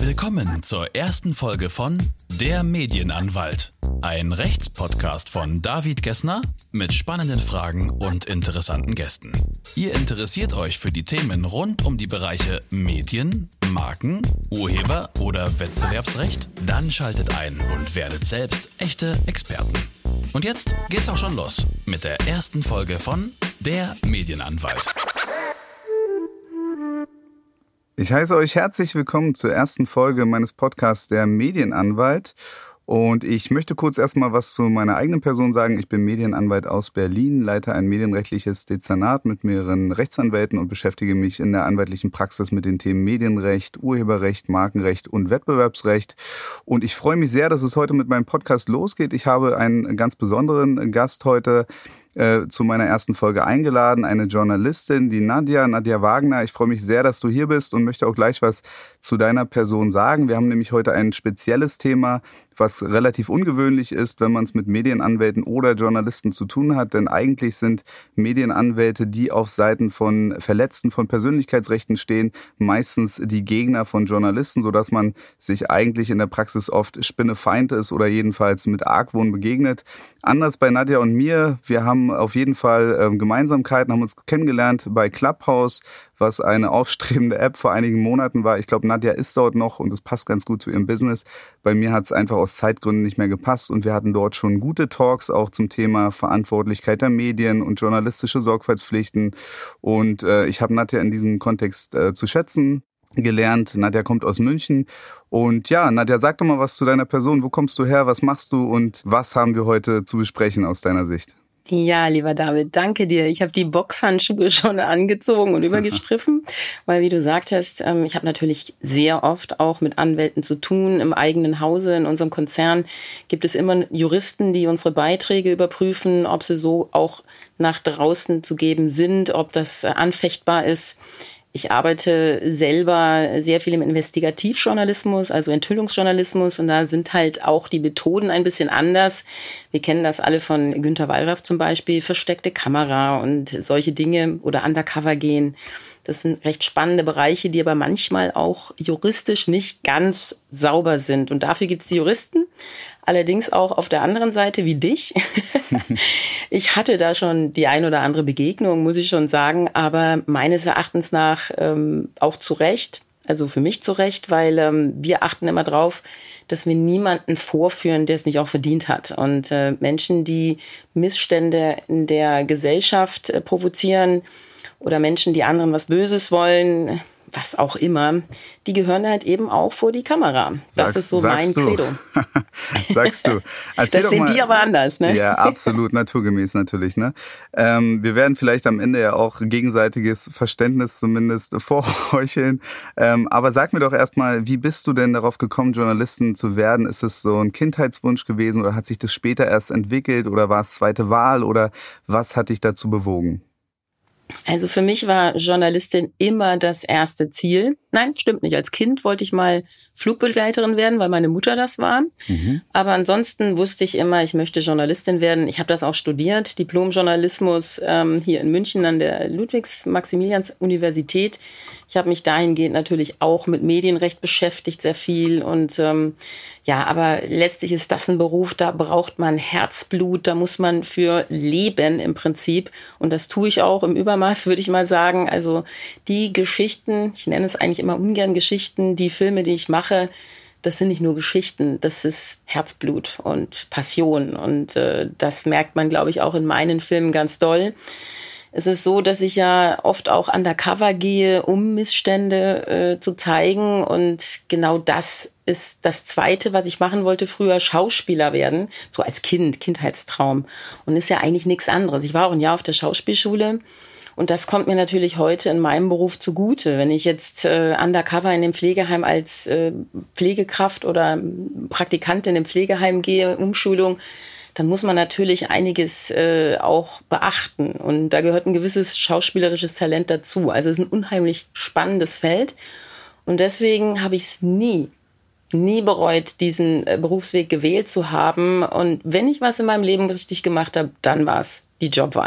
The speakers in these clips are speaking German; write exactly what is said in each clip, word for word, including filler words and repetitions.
Willkommen zur ersten Folge von Der Medienanwalt, ein Rechtspodcast von David Gessner mit spannenden Fragen und interessanten Gästen. Ihr interessiert euch für die Themen rund um die Bereiche Medien, Marken, Urheber- oder Wettbewerbsrecht? Dann schaltet ein und werdet selbst echte Experten. Und jetzt geht's auch schon los mit der ersten Folge von Der Medienanwalt. Ich heiße euch herzlich willkommen zur ersten Folge meines Podcasts Der Medienanwalt. Und ich möchte kurz erstmal was zu meiner eigenen Person sagen. Ich bin Medienanwalt aus Berlin, leite ein medienrechtliches Dezernat mit mehreren Rechtsanwälten und beschäftige mich in der anwaltlichen Praxis mit den Themen Medienrecht, Urheberrecht, Markenrecht und Wettbewerbsrecht. Und ich freue mich sehr, dass es heute mit meinem Podcast losgeht. Ich habe einen ganz besonderen Gast heute Äh, zu meiner ersten Folge eingeladen, eine Journalistin, die Nadja, Nadja Wagner. Ich freue mich sehr, dass du hier bist und möchte auch gleich was zu deiner Person sagen. Wir haben nämlich heute ein spezielles Thema, was relativ ungewöhnlich ist, wenn man es mit Medienanwälten oder Journalisten zu tun hat. Denn eigentlich sind Medienanwälte, die auf Seiten von Verletzten von Persönlichkeitsrechten stehen, meistens die Gegner von Journalisten, sodass man sich eigentlich in der Praxis oft Spinnefeind ist oder jedenfalls mit Argwohn begegnet. Anders bei Nadja und mir. Wir haben auf jeden Fall äh, Gemeinsamkeiten, haben uns kennengelernt bei Clubhouse, was eine aufstrebende App vor einigen Monaten war. Ich glaube, Nadja ist dort noch und es passt ganz gut zu ihrem Business. Bei mir hat es einfach aus Zeitgründen nicht mehr gepasst und wir hatten dort schon gute Talks auch zum Thema Verantwortlichkeit der Medien und journalistische Sorgfaltspflichten. Und äh, ich habe Nadja in diesem Kontext äh, zu schätzen gelernt. Nadja kommt aus München. Und ja, Nadja, sag doch mal was zu deiner Person. Wo kommst du her? Was machst du? Und was haben wir heute zu besprechen aus deiner Sicht? Ja, lieber David, danke dir. Ich habe die Boxhandschuhe schon angezogen und übergestriffen, weil wie du sagtest, ich habe natürlich sehr oft auch mit Anwälten zu tun. Im eigenen Hause, in unserem Konzern gibt es immer Juristen, die unsere Beiträge überprüfen, ob sie so auch nach draußen zu geben sind, ob das anfechtbar ist. Ich arbeite selber sehr viel im Investigativjournalismus, also Enthüllungsjournalismus, und da sind halt auch die Methoden ein bisschen anders. Wir kennen das alle von Günter Wallraff zum Beispiel, versteckte Kamera und solche Dinge oder Undercover gehen. Das sind recht spannende Bereiche, die aber manchmal auch juristisch nicht ganz sauber sind. Und dafür gibt es die Juristen, allerdings auch auf der anderen Seite wie dich. Ich hatte da schon die ein oder andere Begegnung, muss ich schon sagen, aber meines Erachtens nach ähm, auch zu Recht, also für mich zu Recht, weil ähm, wir achten immer drauf, dass wir niemanden vorführen, der es nicht auch verdient hat. Und äh, Menschen, die Missstände in der Gesellschaft äh, provozieren, oder Menschen, die anderen was Böses wollen, was auch immer, die gehören halt eben auch vor die Kamera. Das Sagst, ist so mein du. Credo. Sagst du. Erzähl das sehen die aber anders, ne? Ja, absolut, naturgemäß natürlich, ne? Ähm, wir werden vielleicht am Ende ja auch gegenseitiges Verständnis zumindest vorheucheln. Ähm, aber sag mir doch erstmal, wie bist du denn darauf gekommen, Journalistin zu werden? Ist es so ein Kindheitswunsch gewesen oder hat sich das später erst entwickelt oder war es zweite Wahl oder was hat dich dazu bewogen? Also für mich war Journalistin immer das erste Ziel. Nein, stimmt nicht. Als Kind wollte ich mal Flugbegleiterin werden, weil meine Mutter das war. Mhm. Aber ansonsten wusste ich immer, ich möchte Journalistin werden. Ich habe das auch studiert, Diplom-Journalismus ähm, hier in München an der Ludwigs-Maximilians-Universität. Ich habe mich dahingehend natürlich auch mit Medienrecht beschäftigt, sehr viel. Und ähm, ja, aber letztlich ist das ein Beruf, da braucht man Herzblut, da muss man für leben im Prinzip. Und das tue ich auch im Übermaß, würde ich mal sagen. Also die Geschichten, ich nenne es eigentlich immer ungern Geschichten, die Filme, die ich mache, das sind nicht nur Geschichten, das ist Herzblut und Passion. Und äh, das merkt man, glaube ich, auch in meinen Filmen ganz doll. Es ist so, dass ich ja oft auch undercover gehe, um Missstände äh, zu zeigen. Und genau das ist das Zweite, was ich machen wollte früher, Schauspieler werden. So als Kind, Kindheitstraum. Und ist ja eigentlich nichts anderes. Ich war auch ein Jahr auf der Schauspielschule. Und das kommt mir natürlich heute in meinem Beruf zugute. Wenn ich jetzt äh, undercover in dem Pflegeheim als äh, Pflegekraft oder Praktikantin im Pflegeheim gehe, Umschulung, dann muss man natürlich einiges äh, auch beachten. Und da gehört ein gewisses schauspielerisches Talent dazu. Also es ist ein unheimlich spannendes Feld. Und deswegen habe ich es nie, nie bereut, diesen äh, Berufsweg gewählt zu haben. Und wenn ich was in meinem Leben richtig gemacht habe, dann war es die Jobwahl.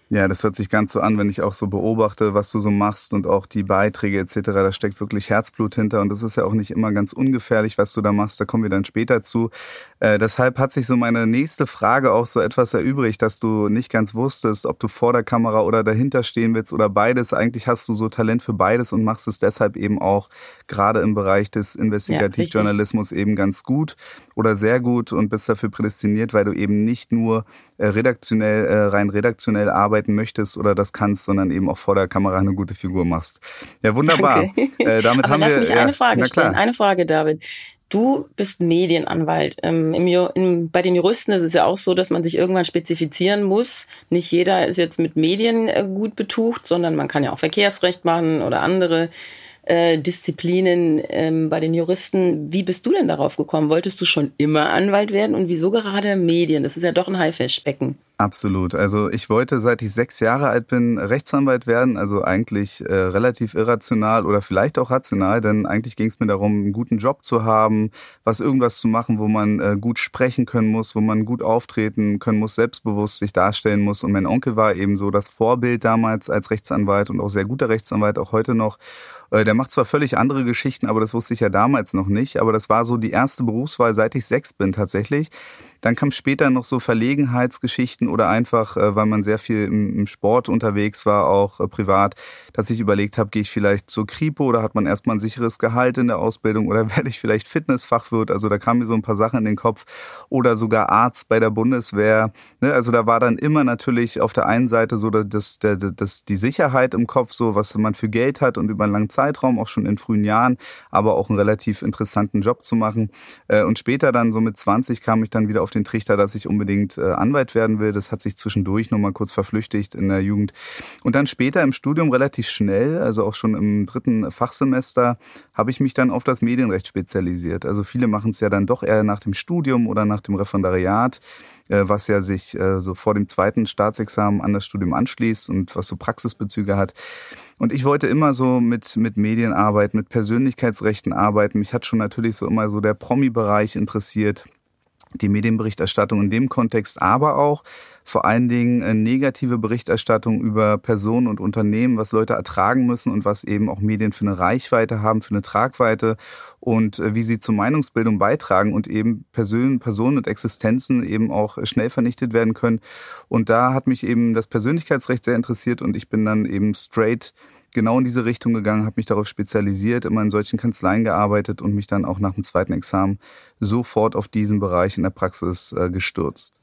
Ja, das hört sich ganz so an, wenn ich auch so beobachte, was du so machst und auch die Beiträge et cetera. Da steckt wirklich Herzblut hinter und das ist ja auch nicht immer ganz ungefährlich, was du da machst. Da kommen wir dann später zu. Äh, deshalb hat sich so meine nächste Frage auch so etwas erübrigt, dass du nicht ganz wusstest, ob du vor der Kamera oder dahinter stehen willst oder beides. Eigentlich hast du so Talent für beides und machst es deshalb eben auch gerade im Bereich des Investigativjournalismus ja, eben ganz gut oder sehr gut und bist dafür prädestiniert, weil du eben nicht nur äh, redaktionell, äh, rein redaktionell arbeitest möchtest oder das kannst, sondern eben auch vor der Kamera eine gute Figur machst. Ja, wunderbar. Äh, damit Aber haben lass wir, mich ja, eine Frage stellen. Eine Frage, David. Du bist Medienanwalt. Ähm, im, im, bei den Juristen ist es ja auch so, dass man sich irgendwann spezifizieren muss. Nicht jeder ist jetzt mit Medien äh, gut betucht, sondern man kann ja auch Verkehrsrecht machen oder andere äh, Disziplinen ähm, bei den Juristen. Wie bist du denn darauf gekommen? Wolltest du schon immer Anwalt werden und wieso gerade Medien? Das ist ja doch ein Haifischbecken. Absolut. Also ich wollte, seit ich sechs Jahre alt bin, Rechtsanwalt werden. Also eigentlich äh, relativ irrational oder vielleicht auch rational, denn eigentlich ging es mir darum, einen guten Job zu haben, was irgendwas zu machen, wo man äh, gut sprechen können muss, wo man gut auftreten können muss, selbstbewusst sich darstellen muss. Und mein Onkel war eben so das Vorbild damals als Rechtsanwalt und auch sehr guter Rechtsanwalt, auch heute noch. Äh, der macht zwar völlig andere Geschichten, aber das wusste ich ja damals noch nicht. Aber das war so die erste Berufswahl, seit ich sechs bin tatsächlich. Dann kam später noch so Verlegenheitsgeschichten oder einfach, weil man sehr viel im Sport unterwegs war, auch privat, dass ich überlegt habe, gehe ich vielleicht zur Kripo oder hat man erstmal ein sicheres Gehalt in der Ausbildung oder werde ich vielleicht Fitnessfachwirt? Also da kamen mir so ein paar Sachen in den Kopf oder sogar Arzt bei der Bundeswehr. Also da war dann immer natürlich auf der einen Seite so das, das, das, die Sicherheit im Kopf, so was man für Geld hat und über einen langen Zeitraum, auch schon in frühen Jahren, aber auch einen relativ interessanten Job zu machen. Und später dann so mit zwanzig kam ich dann wieder auf auf den Trichter, dass ich unbedingt äh, Anwalt werden will. Das hat sich zwischendurch noch mal kurz verflüchtigt in der Jugend. Und dann später im Studium relativ schnell, also auch schon im dritten Fachsemester, habe ich mich dann auf das Medienrecht spezialisiert. Also viele machen es ja dann doch eher nach dem Studium oder nach dem Referendariat, äh, was ja sich äh, so vor dem zweiten Staatsexamen an das Studium anschließt und was so Praxisbezüge hat. Und ich wollte immer so mit mit Medien arbeiten, mit Persönlichkeitsrechten arbeiten. Mich hat schon natürlich so immer so der Promi-Bereich interessiert, die Medienberichterstattung in dem Kontext, aber auch vor allen Dingen negative Berichterstattung über Personen und Unternehmen, was Leute ertragen müssen und was eben auch Medien für eine Reichweite haben, für eine Tragweite und wie sie zur Meinungsbildung beitragen und eben Personen, Personen und Existenzen eben auch schnell vernichtet werden können. Und da hat mich eben das Persönlichkeitsrecht sehr interessiert und ich bin dann eben straight genau in diese Richtung gegangen, habe mich darauf spezialisiert, immer in solchen Kanzleien gearbeitet und mich dann auch nach dem zweiten Examen sofort auf diesen Bereich in der Praxis äh, gestürzt.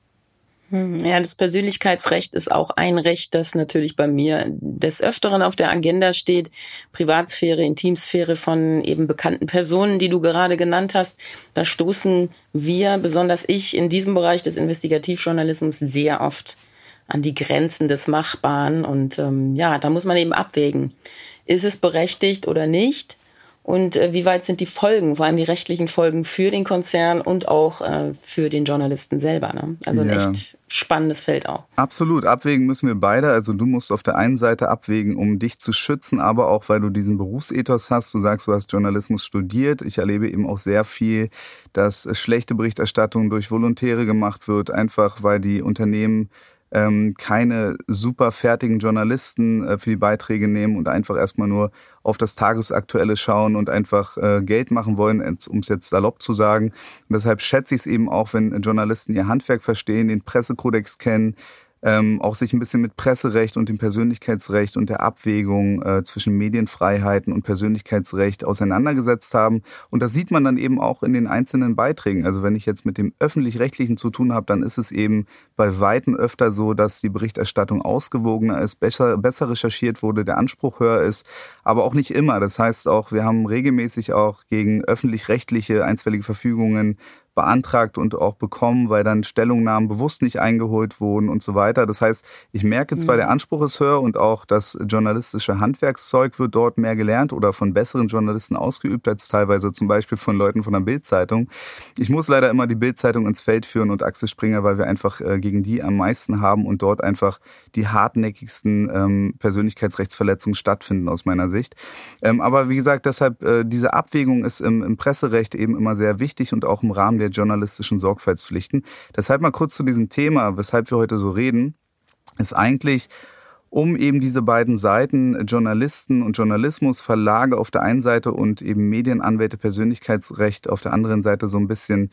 Ja, das Persönlichkeitsrecht ist auch ein Recht, das natürlich bei mir des Öfteren auf der Agenda steht. Privatsphäre, Intimsphäre von eben bekannten Personen, die du gerade genannt hast. Da stoßen wir, besonders ich, in diesem Bereich des Investigativjournalismus sehr oft an die Grenzen des Machbaren. Und ähm, ja, da muss man eben abwägen. Ist es berechtigt oder nicht? Und äh, wie weit sind die Folgen, vor allem die rechtlichen Folgen für den Konzern und auch äh, für den Journalisten selber? Ne? Also ein ja. echt spannendes Feld auch. Absolut, abwägen müssen wir beide. Also du musst auf der einen Seite abwägen, um dich zu schützen, aber auch, weil du diesen Berufsethos hast. Du sagst, du hast Journalismus studiert. Ich erlebe eben auch sehr viel, dass schlechte Berichterstattung durch Volontäre gemacht wird, einfach weil die Unternehmen keine super fertigen Journalisten für die Beiträge nehmen und einfach erstmal nur auf das Tagesaktuelle schauen und einfach Geld machen wollen, um es jetzt salopp zu sagen. Und deshalb schätze ich es eben auch, wenn Journalisten ihr Handwerk verstehen, den Pressekodex kennen, Ähm, auch sich ein bisschen mit Presserecht und dem Persönlichkeitsrecht und der Abwägung äh, zwischen Medienfreiheiten und Persönlichkeitsrecht auseinandergesetzt haben. Und das sieht man dann eben auch in den einzelnen Beiträgen. Also wenn ich jetzt mit dem Öffentlich-Rechtlichen zu tun habe, dann ist es eben bei Weitem öfter so, dass die Berichterstattung ausgewogener ist, besser, besser recherchiert wurde, der Anspruch höher ist, aber auch nicht immer. Das heißt auch, wir haben regelmäßig auch gegen öffentlich-rechtliche einstweilige Verfügungen beantragt und auch bekommen, weil dann Stellungnahmen bewusst nicht eingeholt wurden und so weiter. Das heißt, ich merke zwar, der Anspruch ist höher und auch das journalistische Handwerkszeug wird dort mehr gelernt oder von besseren Journalisten ausgeübt als teilweise zum Beispiel von Leuten von der Bild-Zeitung. Ich muss leider immer die Bild-Zeitung ins Feld führen und Axel Springer, weil wir einfach äh, gegen die am meisten haben und dort einfach die hartnäckigsten ähm, Persönlichkeitsrechtsverletzungen stattfinden aus meiner Sicht. Ähm, aber wie gesagt, deshalb äh, diese Abwägung ist im, im Presserecht eben immer sehr wichtig und auch im Rahmen der der journalistischen Sorgfaltspflichten. Deshalb mal kurz zu diesem Thema, weshalb wir heute so reden, ist eigentlich um eben diese beiden Seiten, Journalisten und Journalismus, Verlage auf der einen Seite und eben Medienanwälte, Persönlichkeitsrecht auf der anderen Seite so ein bisschen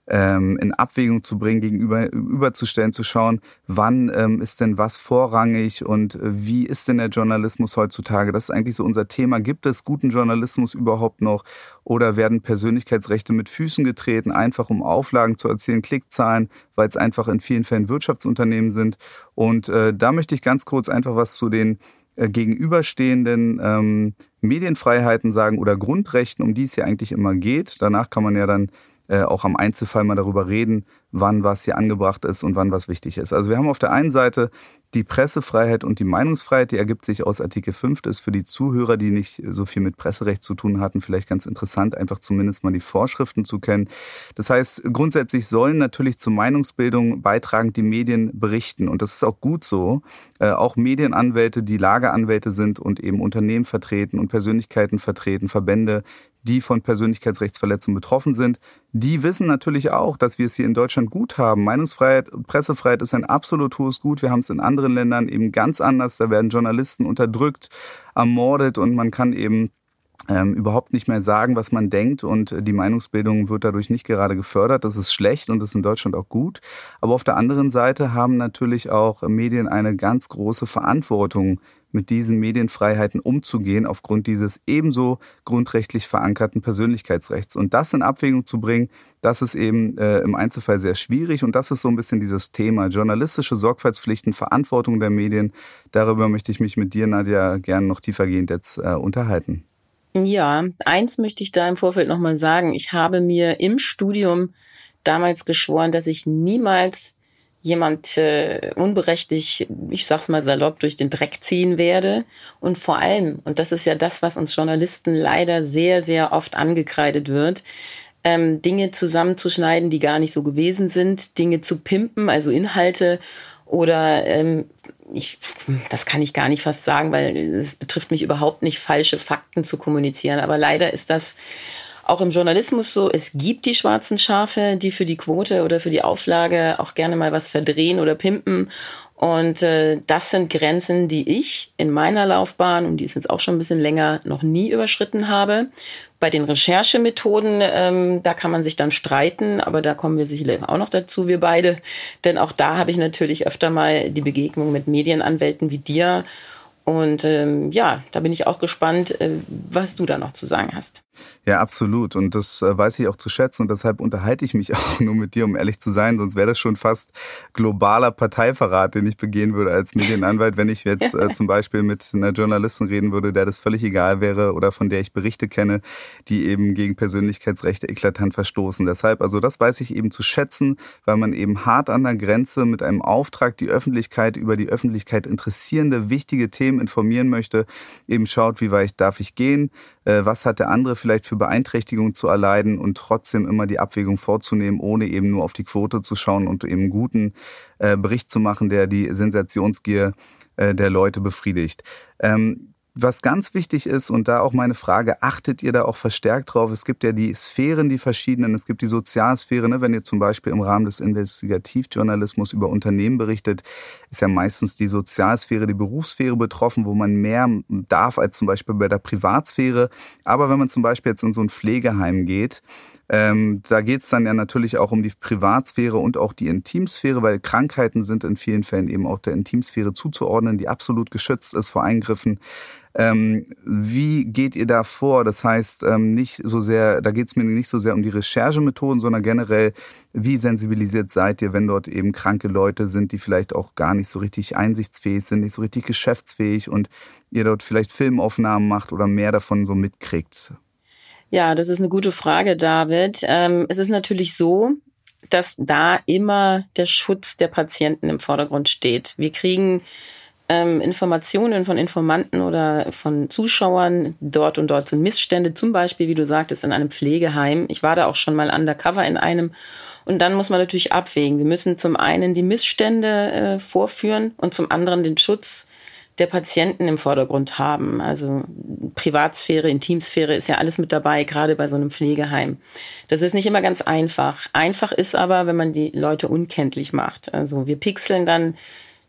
in Abwägung zu bringen, gegenüber überzustellen, zu schauen, wann ähm, ist denn was vorrangig und wie ist denn der Journalismus heutzutage? Das ist eigentlich so unser Thema. Gibt es guten Journalismus überhaupt noch oder werden Persönlichkeitsrechte mit Füßen getreten, einfach um Auflagen zu erzielen, Klickzahlen, weil es einfach in vielen Fällen Wirtschaftsunternehmen sind? Und äh, da möchte ich ganz kurz einfach was zu den äh, gegenüberstehenden ähm, Medienfreiheiten sagen oder Grundrechten, um die es hier eigentlich immer geht. Danach kann man ja dann auch am Einzelfall mal darüber reden, wann was hier angebracht ist und wann was wichtig ist. Also wir haben auf der einen Seite die Pressefreiheit und die Meinungsfreiheit, die ergibt sich aus Artikel fünf. Das ist für die Zuhörer, die nicht so viel mit Presserecht zu tun hatten, vielleicht ganz interessant, einfach zumindest mal die Vorschriften zu kennen. Das heißt, grundsätzlich sollen natürlich zur Meinungsbildung beitragend die Medien berichten. Und das ist auch gut so. Äh, auch Medienanwälte, die Lageranwälte sind und eben Unternehmen vertreten und Persönlichkeiten vertreten, Verbände, die von Persönlichkeitsrechtsverletzungen betroffen sind, die wissen natürlich auch, dass wir es hier in Deutschland gut haben. Meinungsfreiheit und Pressefreiheit ist ein absolut hohes Gut. Wir haben es in anderen Ländern eben ganz anders. Da werden Journalisten unterdrückt, ermordet und man kann eben ähm, überhaupt nicht mehr sagen, was man denkt und die Meinungsbildung wird dadurch nicht gerade gefördert. Das ist schlecht und das ist in Deutschland auch gut. Aber auf der anderen Seite haben natürlich auch Medien eine ganz große Verantwortung, mit diesen Medienfreiheiten umzugehen, aufgrund dieses ebenso grundrechtlich verankerten Persönlichkeitsrechts. Und das in Abwägung zu bringen, das ist eben äh, im Einzelfall sehr schwierig. Und das ist so ein bisschen dieses Thema journalistische Sorgfaltspflichten, Verantwortung der Medien. Darüber möchte ich mich mit dir, Nadja, gerne noch tiefergehend jetzt äh, unterhalten. Ja, eins möchte ich da im Vorfeld nochmal sagen. Ich habe mir im Studium damals geschworen, dass ich niemals jemand äh, unberechtigt, ich sag's mal salopp, durch den Dreck ziehen werde. Und vor allem, und das ist ja das, was uns Journalisten leider sehr, sehr oft angekreidet wird, ähm, Dinge zusammenzuschneiden, die gar nicht so gewesen sind, Dinge zu pimpen, also Inhalte oder ähm, ich, das kann ich gar nicht fast sagen, weil es betrifft mich überhaupt nicht, falsche Fakten zu kommunizieren. Aber leider ist das auch im Journalismus so, es gibt die schwarzen Schafe, die für die Quote oder für die Auflage auch gerne mal was verdrehen oder pimpen. Und äh, das sind Grenzen, die ich in meiner Laufbahn, und die ist jetzt auch schon ein bisschen länger, noch nie überschritten habe. Bei den Recherchemethoden, ähm, da kann man sich dann streiten, aber da kommen wir sicherlich auch noch dazu, wir beide. Denn auch da habe ich natürlich öfter mal die Begegnung mit Medienanwälten wie dir. Und ähm, ja, da bin ich auch gespannt, äh, was du da noch zu sagen hast. Ja, absolut. Und das äh, weiß ich auch zu schätzen. Und deshalb unterhalte ich mich auch nur mit dir, um ehrlich zu sein. Sonst wäre das schon fast globaler Parteiverrat, den ich begehen würde als Medienanwalt, wenn ich jetzt äh, zum Beispiel mit einer Journalistin reden würde, der das völlig egal wäre oder von der ich Berichte kenne, die eben gegen Persönlichkeitsrechte eklatant verstoßen. Deshalb, also das weiß ich eben zu schätzen, weil man eben hart an der Grenze mit einem Auftrag die Öffentlichkeit über die Öffentlichkeit interessierende, wichtige Themen informieren möchte, eben schaut, wie weit darf ich gehen, äh, was hat der andere vielleicht für Beeinträchtigungen zu erleiden und trotzdem immer die Abwägung vorzunehmen, ohne eben nur auf die Quote zu schauen und eben einen guten äh, Bericht zu machen, der die Sensationsgier äh, der Leute befriedigt. Ähm, Was ganz wichtig ist, und da auch meine Frage, achtet ihr da auch verstärkt drauf? Es gibt ja die Sphären, die verschiedenen, es gibt die Sozialsphäre, ne? Wenn ihr zum Beispiel im Rahmen des Investigativjournalismus über Unternehmen berichtet, ist ja meistens die Sozialsphäre, die Berufssphäre betroffen, wo man mehr darf als zum Beispiel bei der Privatsphäre. Aber wenn man zum Beispiel jetzt in so ein Pflegeheim geht, Ähm, da geht es dann ja natürlich auch um die Privatsphäre und auch die Intimsphäre, weil Krankheiten sind in vielen Fällen eben auch der Intimsphäre zuzuordnen, die absolut geschützt ist vor Eingriffen. Ähm, wie geht ihr da vor? Das heißt, ähm, nicht so sehr, da geht es mir nicht so sehr um die Recherchemethoden, sondern generell, wie sensibilisiert seid ihr, wenn dort eben kranke Leute sind, die vielleicht auch gar nicht so richtig einsichtsfähig sind, nicht so richtig geschäftsfähig und ihr dort vielleicht Filmaufnahmen macht oder mehr davon so mitkriegt? Ja, das ist eine gute Frage, David. Ähm, es ist natürlich so, dass da immer der Schutz der Patienten im Vordergrund steht. Wir kriegen ähm, Informationen von Informanten oder von Zuschauern. Dort und dort sind Missstände, zum Beispiel, wie du sagtest, in einem Pflegeheim. Ich war da auch schon mal undercover in einem. Und dann muss man natürlich abwägen. Wir müssen zum einen die Missstände äh, vorführen und zum anderen den Schutz der Patienten im Vordergrund haben. Also Privatsphäre, Intimsphäre ist ja alles mit dabei, gerade bei so einem Pflegeheim. Das ist nicht immer ganz einfach. Einfach ist aber, wenn man die Leute unkenntlich macht. Also wir pixeln dann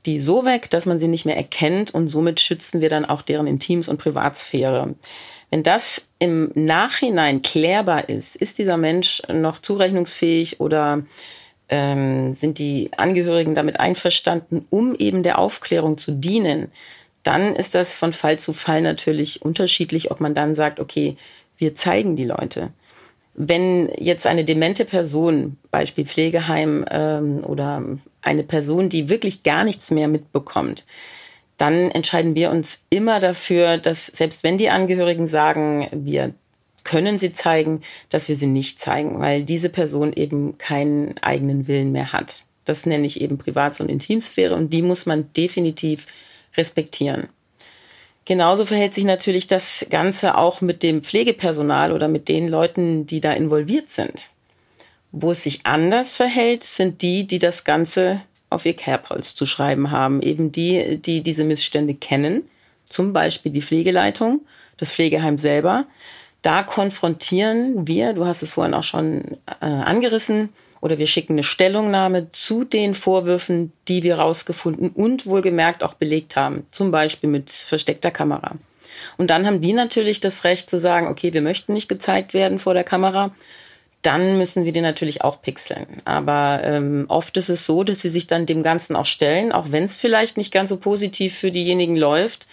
die so weg, dass man sie nicht mehr erkennt und somit schützen wir dann auch deren Intims- und Privatsphäre. Wenn das im Nachhinein klärbar ist, ist dieser Mensch noch zurechnungsfähig oder ähm, sind die Angehörigen damit einverstanden, um eben der Aufklärung zu dienen, dann ist das von Fall zu Fall natürlich unterschiedlich, ob man dann sagt, okay, wir zeigen die Leute. Wenn jetzt eine demente Person, Beispiel Pflegeheim ähm, oder eine Person, die wirklich gar nichts mehr mitbekommt, dann entscheiden wir uns immer dafür, dass selbst wenn die Angehörigen sagen, wir können sie zeigen, dass wir sie nicht zeigen, weil diese Person eben keinen eigenen Willen mehr hat. Das nenne ich eben Privats- und Intimsphäre und die muss man definitiv respektieren. Genauso verhält sich natürlich das Ganze auch mit dem Pflegepersonal oder mit den Leuten, die da involviert sind. Wo es sich anders verhält, sind die, die das Ganze auf ihr Kerbholz zu schreiben haben. Eben die, die diese Missstände kennen, zum Beispiel die Pflegeleitung, das Pflegeheim selber. Da konfrontieren wir, du hast es vorhin auch schon äh, angerissen, oder wir schicken eine Stellungnahme zu den Vorwürfen, die wir rausgefunden und wohlgemerkt auch belegt haben. Zum Beispiel mit versteckter Kamera. Und dann haben die natürlich das Recht zu sagen, okay, wir möchten nicht gezeigt werden vor der Kamera. Dann müssen wir die natürlich auch pixeln. Aber ähm, oft ist es so, dass sie sich dann dem Ganzen auch stellen, auch wenn es vielleicht nicht ganz so positiv für diejenigen läuft.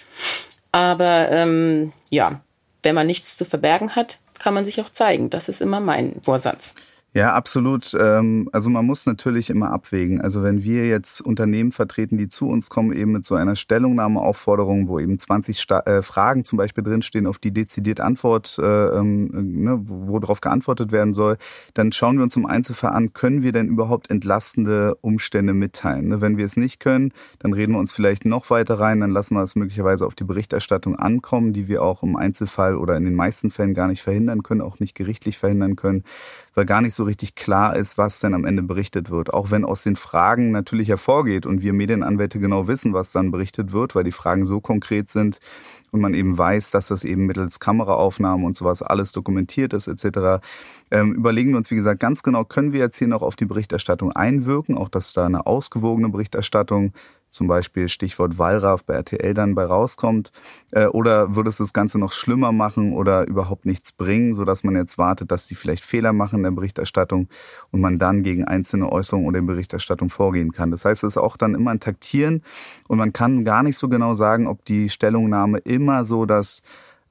Aber ähm, ja, wenn man nichts zu verbergen hat, kann man sich auch zeigen. Das ist immer mein Vorsatz. Ja, absolut. Also man muss natürlich immer abwägen. Also wenn wir jetzt Unternehmen vertreten, die zu uns kommen, eben mit so einer Stellungnahmeaufforderung, wo eben zwanzig Sta- äh, Fragen zum Beispiel drinstehen, auf die dezidiert Antwort, äh, ne, wo darauf geantwortet werden soll, dann schauen wir uns im Einzelfall an, können wir denn überhaupt entlastende Umstände mitteilen? Ne? Wenn wir es nicht können, dann reden wir uns vielleicht noch weiter rein, dann lassen wir es möglicherweise auf die Berichterstattung ankommen, die wir auch im Einzelfall oder in den meisten Fällen gar nicht verhindern können, auch nicht gerichtlich verhindern können, weil gar nicht so richtig klar ist, was denn am Ende berichtet wird. Auch wenn aus den Fragen natürlich hervorgeht und wir Medienanwälte genau wissen, was dann berichtet wird, weil die Fragen so konkret sind und man eben weiß, dass das eben mittels Kameraaufnahmen und sowas alles dokumentiert ist et cetera. Ähm, überlegen wir uns, wie gesagt, ganz genau, können wir jetzt hier noch auf die Berichterstattung einwirken, auch dass da eine ausgewogene Berichterstattung, zum Beispiel Stichwort Wallraff bei R T L dann bei rauskommt, äh, oder würde es das Ganze noch schlimmer machen oder überhaupt nichts bringen, sodass man jetzt wartet, dass sie vielleicht Fehler machen in der Berichterstattung und man dann gegen einzelne Äußerungen oder in Berichterstattung vorgehen kann. Das heißt, es ist auch dann immer ein Taktieren und man kann gar nicht so genau sagen, ob die Stellungnahme immer so das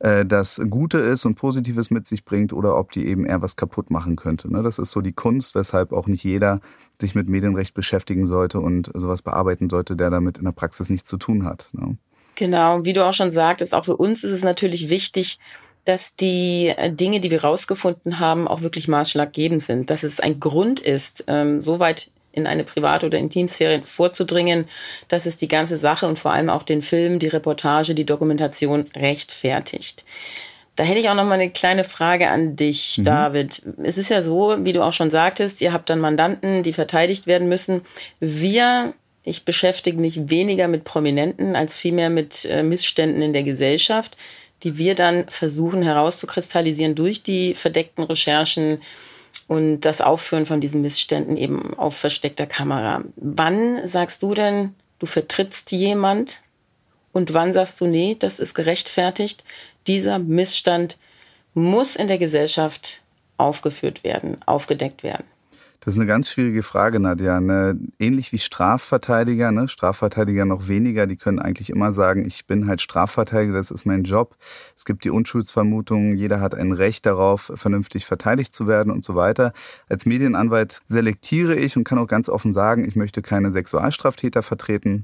das Gute ist und Positives mit sich bringt oder ob die eben eher was kaputt machen könnte. Das ist so die Kunst, weshalb auch nicht jeder sich mit Medienrecht beschäftigen sollte und sowas bearbeiten sollte, der damit in der Praxis nichts zu tun hat. Genau, wie du auch schon sagtest, auch für uns ist es natürlich wichtig, dass die Dinge, die wir rausgefunden haben, auch wirklich maßschlaggebend sind. Dass es ein Grund ist, so weit in eine Privat- oder Intimsphäre vorzudringen, dass es die ganze Sache und vor allem auch den Film, die Reportage, die Dokumentation rechtfertigt. Da hätte ich auch noch mal eine kleine Frage an dich, mhm. David. Es ist ja so, wie du auch schon sagtest, ihr habt dann Mandanten, die verteidigt werden müssen. Wir, ich beschäftige mich weniger mit Prominenten als vielmehr mit äh, Missständen in der Gesellschaft, die wir dann versuchen herauszukristallisieren durch die verdeckten Recherchen und das Aufführen von diesen Missständen eben auf versteckter Kamera. Wann sagst du denn, du vertrittst jemand und wann sagst du, nee, das ist gerechtfertigt, dieser Missstand muss in der Gesellschaft aufgeführt werden, aufgedeckt werden? Das ist eine ganz schwierige Frage, Nadja. Ne? Ähnlich wie Strafverteidiger, ne? Strafverteidiger noch weniger, die können eigentlich immer sagen, ich bin halt Strafverteidiger, das ist mein Job. Es gibt die Unschuldsvermutung, jeder hat ein Recht darauf, vernünftig verteidigt zu werden und so weiter. Als Medienanwalt selektiere ich und kann auch ganz offen sagen, ich möchte keine Sexualstraftäter vertreten.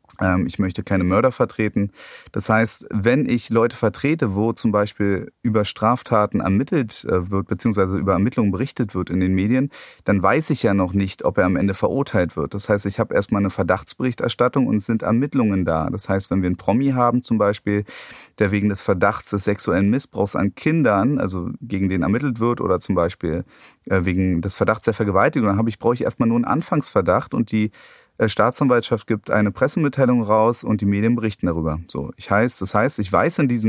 Ich möchte keine Mörder vertreten. Das heißt, wenn ich Leute vertrete, wo zum Beispiel über Straftaten ermittelt wird, beziehungsweise über Ermittlungen berichtet wird in den Medien, dann weiß ich ja noch nicht, ob er am Ende verurteilt wird. Das heißt, ich habe erstmal eine Verdachtsberichterstattung und es sind Ermittlungen da. Das heißt, wenn wir einen Promi haben zum Beispiel, der wegen des Verdachts des sexuellen Missbrauchs an Kindern, also gegen den ermittelt wird oder zum Beispiel wegen des Verdachts der Vergewaltigung, dann habe ich, brauche ich erstmal nur einen Anfangsverdacht und die Staatsanwaltschaft gibt eine Pressemitteilung raus und die Medien berichten darüber. So, ich heißt, das heißt, ich weiß in diesem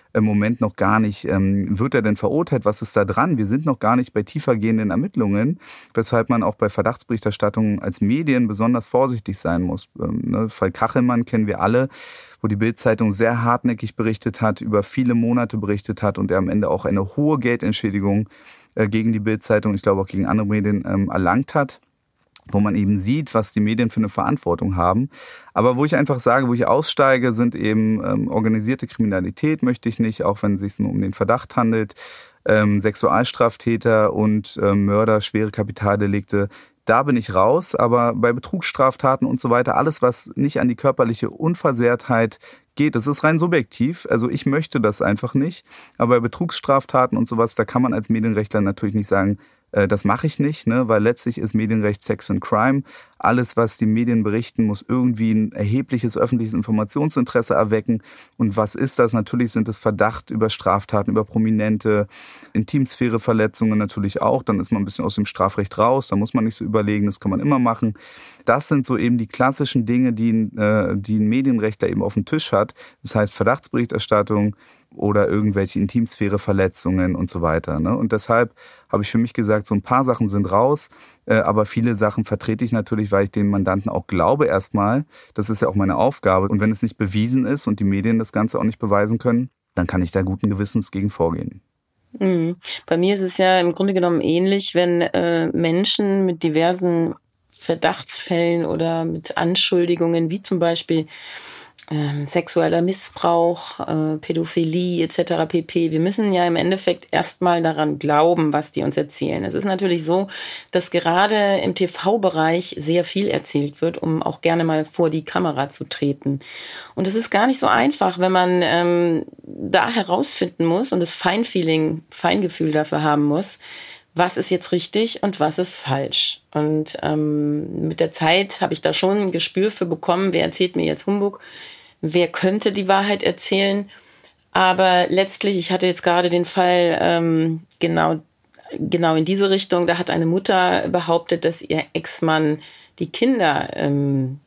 im Moment noch gar nicht, ähm, wird er denn verurteilt, was ist da dran? Wir sind noch gar nicht bei tiefergehenden Ermittlungen, weshalb man auch bei Verdachtsberichterstattungen als Medien besonders vorsichtig sein muss. Ähm, ne? Fall Kachelmann kennen wir alle, wo die Bild-Zeitung sehr hartnäckig berichtet hat, über viele Monate berichtet hat und er am Ende auch eine hohe Geldentschädigung äh, gegen die Bild-Zeitung, ich glaube auch gegen andere Medien, ähm, erlangt hat, wo man eben sieht, was die Medien für eine Verantwortung haben. Aber wo ich einfach sage, wo ich aussteige, sind eben ähm, organisierte Kriminalität, möchte ich nicht, auch wenn es sich nur um den Verdacht handelt, ähm, Sexualstraftäter und ähm, Mörder, schwere Kapitaldelikte. Da bin ich raus, aber bei Betrugsstraftaten und so weiter, alles, was nicht an die körperliche Unversehrtheit geht, das ist rein subjektiv. Also ich möchte das einfach nicht. Aber bei Betrugsstraftaten und sowas, da kann man als Medienrechtler natürlich nicht sagen, das mache ich nicht, ne, weil letztlich ist Medienrecht Sex and Crime. Alles, was die Medien berichten, muss irgendwie ein erhebliches öffentliches Informationsinteresse erwecken. Und was ist das? Natürlich sind es Verdacht über Straftaten, über Prominente, Intimsphäreverletzungen natürlich auch. Dann ist man ein bisschen aus dem Strafrecht raus. Da muss man nicht so überlegen, das kann man immer machen. Das sind so eben die klassischen Dinge, die, äh, die ein Medienrechtler eben auf dem Tisch hat. Das heißt Verdachtsberichterstattung oder irgendwelche Intimsphäreverletzungen und so weiter. Ne? Und deshalb habe ich für mich gesagt, so ein paar Sachen sind raus, äh, aber viele Sachen vertrete ich natürlich, weil ich den Mandanten auch glaube erstmal. Das ist ja auch meine Aufgabe. Und wenn es nicht bewiesen ist und die Medien das Ganze auch nicht beweisen können, dann kann ich da guten Gewissens gegen vorgehen. Mhm. Bei mir ist es ja im Grunde genommen ähnlich, wenn äh, Menschen mit diversen Verdachtsfällen oder mit Anschuldigungen, wie zum Beispiel Ähm, sexueller Missbrauch, äh, Pädophilie et cetera pp. Wir müssen ja im Endeffekt erstmal daran glauben, was die uns erzählen. Es ist natürlich so, dass gerade im T V-Bereich sehr viel erzählt wird, um auch gerne mal vor die Kamera zu treten. Und es ist gar nicht so einfach, wenn man ähm, da herausfinden muss und das Feinfeeling, Feingefühl dafür haben muss, was ist jetzt richtig und was ist falsch. Und ähm, mit der Zeit habe ich da schon ein Gespür für bekommen, wer erzählt mir jetzt Humbug, wer könnte die Wahrheit erzählen. Aber letztlich, ich hatte jetzt gerade den Fall ähm, genau, genau in diese Richtung, da hat eine Mutter behauptet, dass ihr Ex-Mann die Kinder ähm,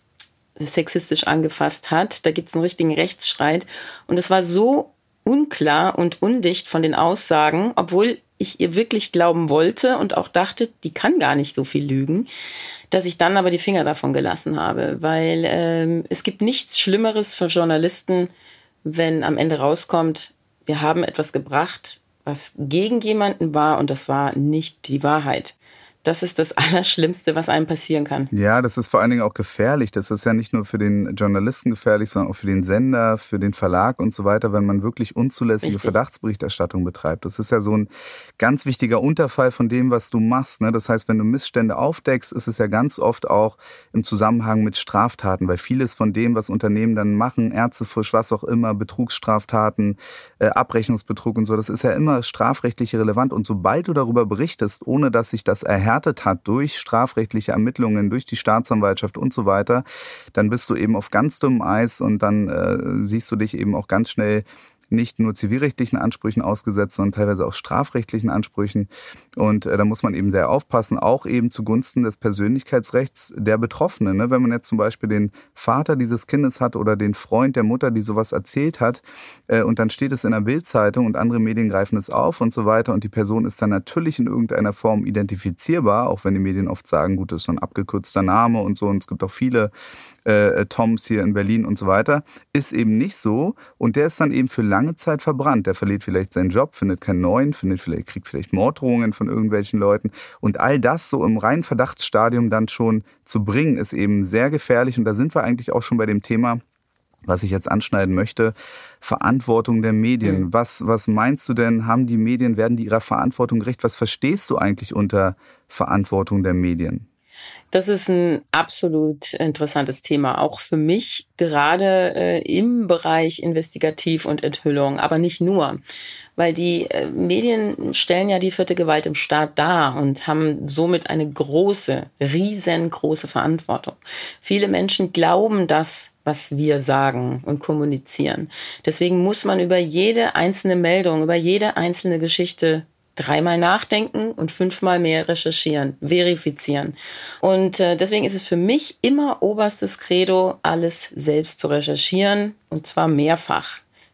sexistisch angefasst hat. Da gibt es einen richtigen Rechtsstreit. Und es war so unklar und undicht von den Aussagen, obwohl ich ihr wirklich glauben wollte und auch dachte, die kann gar nicht so viel lügen, dass ich dann aber die Finger davon gelassen habe. Weil ähm, es gibt nichts Schlimmeres für Journalisten, wenn am Ende rauskommt, wir haben etwas gebracht, was gegen jemanden war und das war nicht die Wahrheit. Das ist das Allerschlimmste, was einem passieren kann. Ja, das ist vor allen Dingen auch gefährlich. Das ist ja nicht nur für den Journalisten gefährlich, sondern auch für den Sender, für den Verlag und so weiter, wenn man wirklich unzulässige Richtig. Verdachtsberichterstattung betreibt. Das ist ja so ein ganz wichtiger Unterfall von dem, was du machst. Ne? Das heißt, wenn du Missstände aufdeckst, ist es ja ganz oft auch im Zusammenhang mit Straftaten, weil vieles von dem, was Unternehmen dann machen, Ärztefusch, was auch immer, Betrugsstraftaten, äh, Abrechnungsbetrug und so, das ist ja immer strafrechtlich relevant. Und sobald du darüber berichtest, ohne dass sich das erhärtet hat durch strafrechtliche Ermittlungen, durch die Staatsanwaltschaft und so weiter, dann bist du eben auf ganz dünnem Eis und dann äh, siehst du dich eben auch ganz schnell nicht nur zivilrechtlichen Ansprüchen ausgesetzt, sondern teilweise auch strafrechtlichen Ansprüchen. Und äh, da muss man eben sehr aufpassen, auch eben zugunsten des Persönlichkeitsrechts der Betroffenen. Ne? Wenn man jetzt zum Beispiel den Vater dieses Kindes hat oder den Freund der Mutter, die sowas erzählt hat, äh, und dann steht es in der Bild-Zeitung und andere Medien greifen es auf und so weiter und die Person ist dann natürlich in irgendeiner Form identifizierbar, auch wenn die Medien oft sagen, gut, das ist so ein abgekürzter Name und so und es gibt auch viele äh, Toms hier in Berlin und so weiter, ist eben nicht so und der ist dann eben für lange Zeit verbrannt. Der verliert vielleicht seinen Job, findet keinen neuen, findet vielleicht, kriegt vielleicht Morddrohungen von irgendwelchen Leuten und all das so im reinen Verdachtsstadium dann schon zu bringen, ist eben sehr gefährlich und da sind wir eigentlich auch schon bei dem Thema, was ich jetzt anschneiden möchte, Verantwortung der Medien. Mhm. Was, was meinst du denn, haben die Medien, werden die ihrer Verantwortung gerecht? Was verstehst du eigentlich unter Verantwortung der Medien? Das ist ein absolut interessantes Thema, auch für mich, gerade äh, im Bereich Investigativ und Enthüllung, aber nicht nur. Weil die äh, Medien stellen ja die vierte Gewalt im Staat dar und haben somit eine große, riesengroße Verantwortung. Viele Menschen glauben das, was wir sagen und kommunizieren. Deswegen muss man über jede einzelne Meldung, über jede einzelne Geschichte dreimal nachdenken und fünfmal mehr recherchieren, verifizieren. Und äh, deswegen ist es für mich immer oberstes Credo, alles selbst zu recherchieren und zwar mehrfach.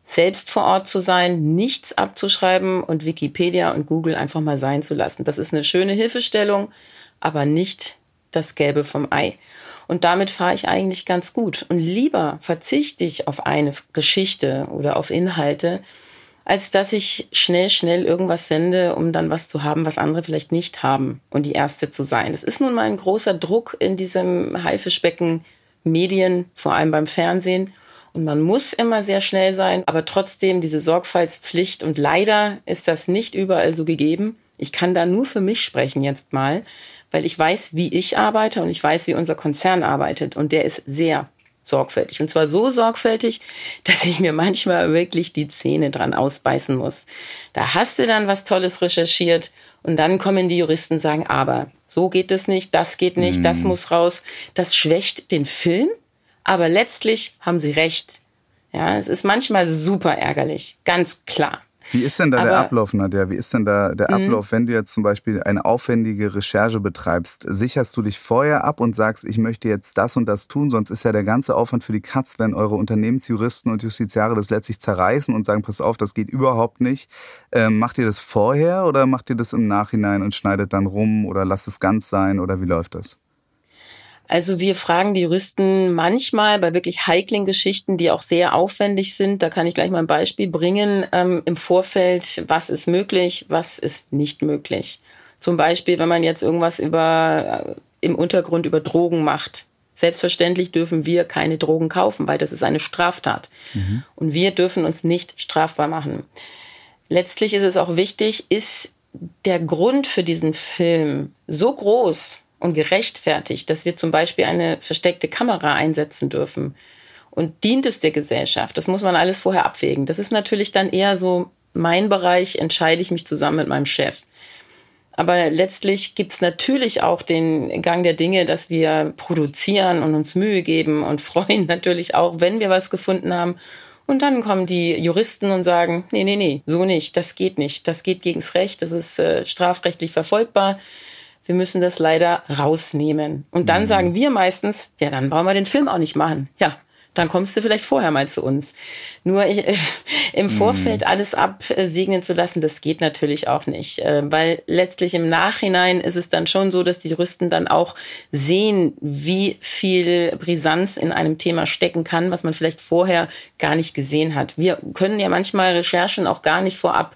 selbst vor Ort zu sein, nichts abzuschreiben und Wikipedia und Google einfach mal sein zu lassen. Das ist eine schöne Hilfestellung, aber nicht das Gelbe vom Ei. Und damit fahre ich eigentlich ganz gut. Und lieber verzichte ich auf eine Geschichte oder auf Inhalte, als dass ich schnell, schnell irgendwas sende, um dann was zu haben, was andere vielleicht nicht haben und die Erste zu sein. Das ist nun mal ein großer Druck in diesem Haifischbecken Medien, vor allem beim Fernsehen. Und man muss immer sehr schnell sein, aber trotzdem diese Sorgfaltspflicht. Und leider ist das nicht überall so gegeben. Ich kann da nur für mich sprechen jetzt mal, weil ich weiß, wie ich arbeite und ich weiß, wie unser Konzern arbeitet. Und der ist sehr sorgfältig. Und zwar so sorgfältig, dass ich mir manchmal wirklich die Zähne dran ausbeißen muss. Da hast du dann was Tolles recherchiert und dann kommen die Juristen und sagen, aber so geht es nicht, das geht nicht, mhm. das muss raus. Das schwächt den Film. Aber letztlich haben sie recht. Ja, es ist manchmal super ärgerlich, ganz klar. Wie ist denn da Aber, der Ablauf, Nadja? Wie ist denn da der Ablauf, wenn du jetzt zum Beispiel eine aufwendige Recherche betreibst? Sicherst du dich vorher ab und sagst, ich möchte jetzt das und das tun, sonst ist ja der ganze Aufwand für die Katz, wenn eure Unternehmensjuristen und Justiziare das letztlich zerreißen und sagen, pass auf, das geht überhaupt nicht. Ähm, macht ihr das vorher oder macht ihr das im Nachhinein und schneidet dann rum oder lasst es ganz sein oder wie läuft das? Also wir fragen die Juristen manchmal bei wirklich heiklen Geschichten, die auch sehr aufwendig sind. Da kann ich gleich mal ein Beispiel bringen. Ähm, im Vorfeld, was ist möglich, was ist nicht möglich. Zum Beispiel, wenn man jetzt irgendwas über, äh, im Untergrund über Drogen macht. Selbstverständlich dürfen wir keine Drogen kaufen, weil das ist eine Straftat. Mhm. Und wir dürfen uns nicht strafbar machen. Letztlich ist es auch wichtig, ist der Grund für diesen Film so groß und gerechtfertigt, dass wir zum Beispiel eine versteckte Kamera einsetzen dürfen. Und dient es der Gesellschaft? Das muss man alles vorher abwägen. Das ist natürlich dann eher so mein Bereich, entscheide ich mich zusammen mit meinem Chef. Aber letztlich gibt es natürlich auch den Gang der Dinge, dass wir produzieren und uns Mühe geben und freuen natürlich auch, wenn wir was gefunden haben. Und dann kommen die Juristen und sagen, nee, nee, nee, so nicht, das geht nicht. Das geht gegens Recht, das ist äh, strafrechtlich verfolgbar. Wir müssen das leider rausnehmen. Und dann mhm. sagen wir meistens, ja, dann brauchen wir den Film auch nicht machen. Ja, dann kommst du vielleicht vorher mal zu uns. Nur ich, äh, im Vorfeld mhm. alles absegnen zu lassen, das geht natürlich auch nicht. Äh, weil letztlich im Nachhinein ist es dann schon so, dass die Juristen dann auch sehen, wie viel Brisanz in einem Thema stecken kann, was man vielleicht vorher gar nicht gesehen hat. Wir können ja manchmal Recherchen auch gar nicht vorab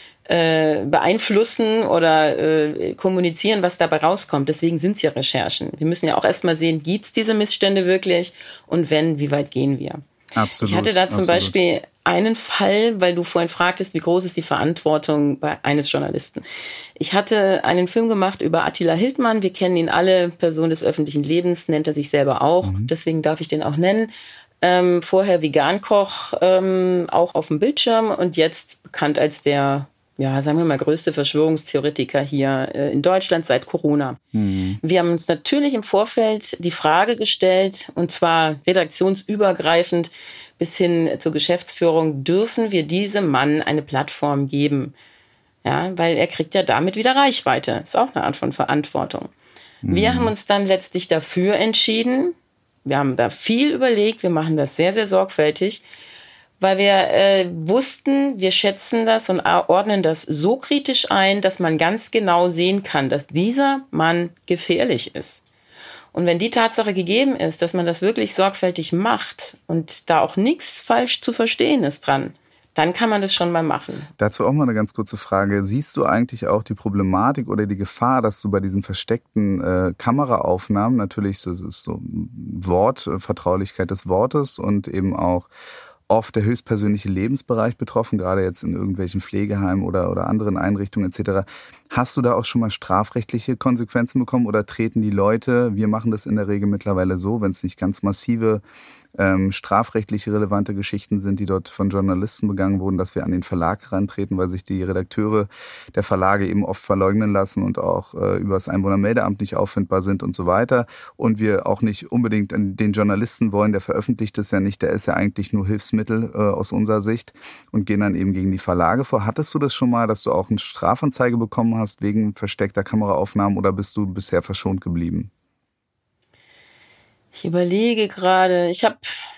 beeinflussen oder äh, kommunizieren, was dabei rauskommt. Deswegen sind es ja Recherchen. Wir müssen ja auch erstmal sehen, gibt es diese Missstände wirklich und wenn, wie weit gehen wir? Absolut. Ich hatte da zum absolut. Beispiel einen Fall, weil du vorhin fragtest, wie groß ist die Verantwortung bei eines Journalisten. Ich hatte einen Film gemacht über Attila Hildmann. Wir kennen ihn alle, Person des öffentlichen Lebens, nennt er sich selber auch. Mhm. Deswegen darf ich den auch nennen. Ähm, vorher Vegankoch, ähm, auch auf dem Bildschirm und jetzt bekannt als der ja, sagen wir mal, größte Verschwörungstheoretiker hier äh, in Deutschland seit Corona. Mhm. Wir haben uns natürlich im Vorfeld die Frage gestellt, und zwar redaktionsübergreifend bis hin zur Geschäftsführung, dürfen wir diesem Mann eine Plattform geben? Ja, weil er kriegt ja damit wieder Reichweite. Ist auch eine Art von Verantwortung. Mhm. Wir haben uns dann letztlich dafür entschieden. Wir haben da viel überlegt. Wir machen das sehr, sehr sorgfältig. Weil wir äh, wussten, wir schätzen das und ordnen das so kritisch ein, dass man ganz genau sehen kann, dass dieser Mann gefährlich ist. Und wenn die Tatsache gegeben ist, dass man das wirklich sorgfältig macht und da auch nichts falsch zu verstehen ist dran, dann kann man das schon mal machen. Dazu auch mal eine ganz kurze Frage. Siehst du eigentlich auch die Problematik oder die Gefahr, dass du bei diesen versteckten äh, Kameraaufnahmen, natürlich das ist so Wort, Vertraulichkeit des Wortes und eben auch oft der höchstpersönliche Lebensbereich betroffen, gerade jetzt in irgendwelchen Pflegeheimen oder, oder anderen Einrichtungen et cetera. Hast du da auch schon mal strafrechtliche Konsequenzen bekommen oder treten die Leute, wir machen das in der Regel mittlerweile so, wenn es nicht ganz massive ähm, strafrechtliche relevante Geschichten sind, die dort von Journalisten begangen wurden, dass wir an den Verlag herantreten, weil sich die Redakteure der Verlage eben oft verleugnen lassen und auch äh, über das Einwohnermeldeamt nicht auffindbar sind und so weiter. Und wir auch nicht unbedingt den Journalisten wollen, der veröffentlicht es ja nicht, der ist ja eigentlich nur Hilfsmittel äh, aus unserer Sicht und gehen dann eben gegen die Verlage vor. Hattest du das schon mal, dass du auch eine Strafanzeige bekommen hast wegen versteckter Kameraaufnahmen oder bist du bisher verschont geblieben? Ich überlege gerade, ich habe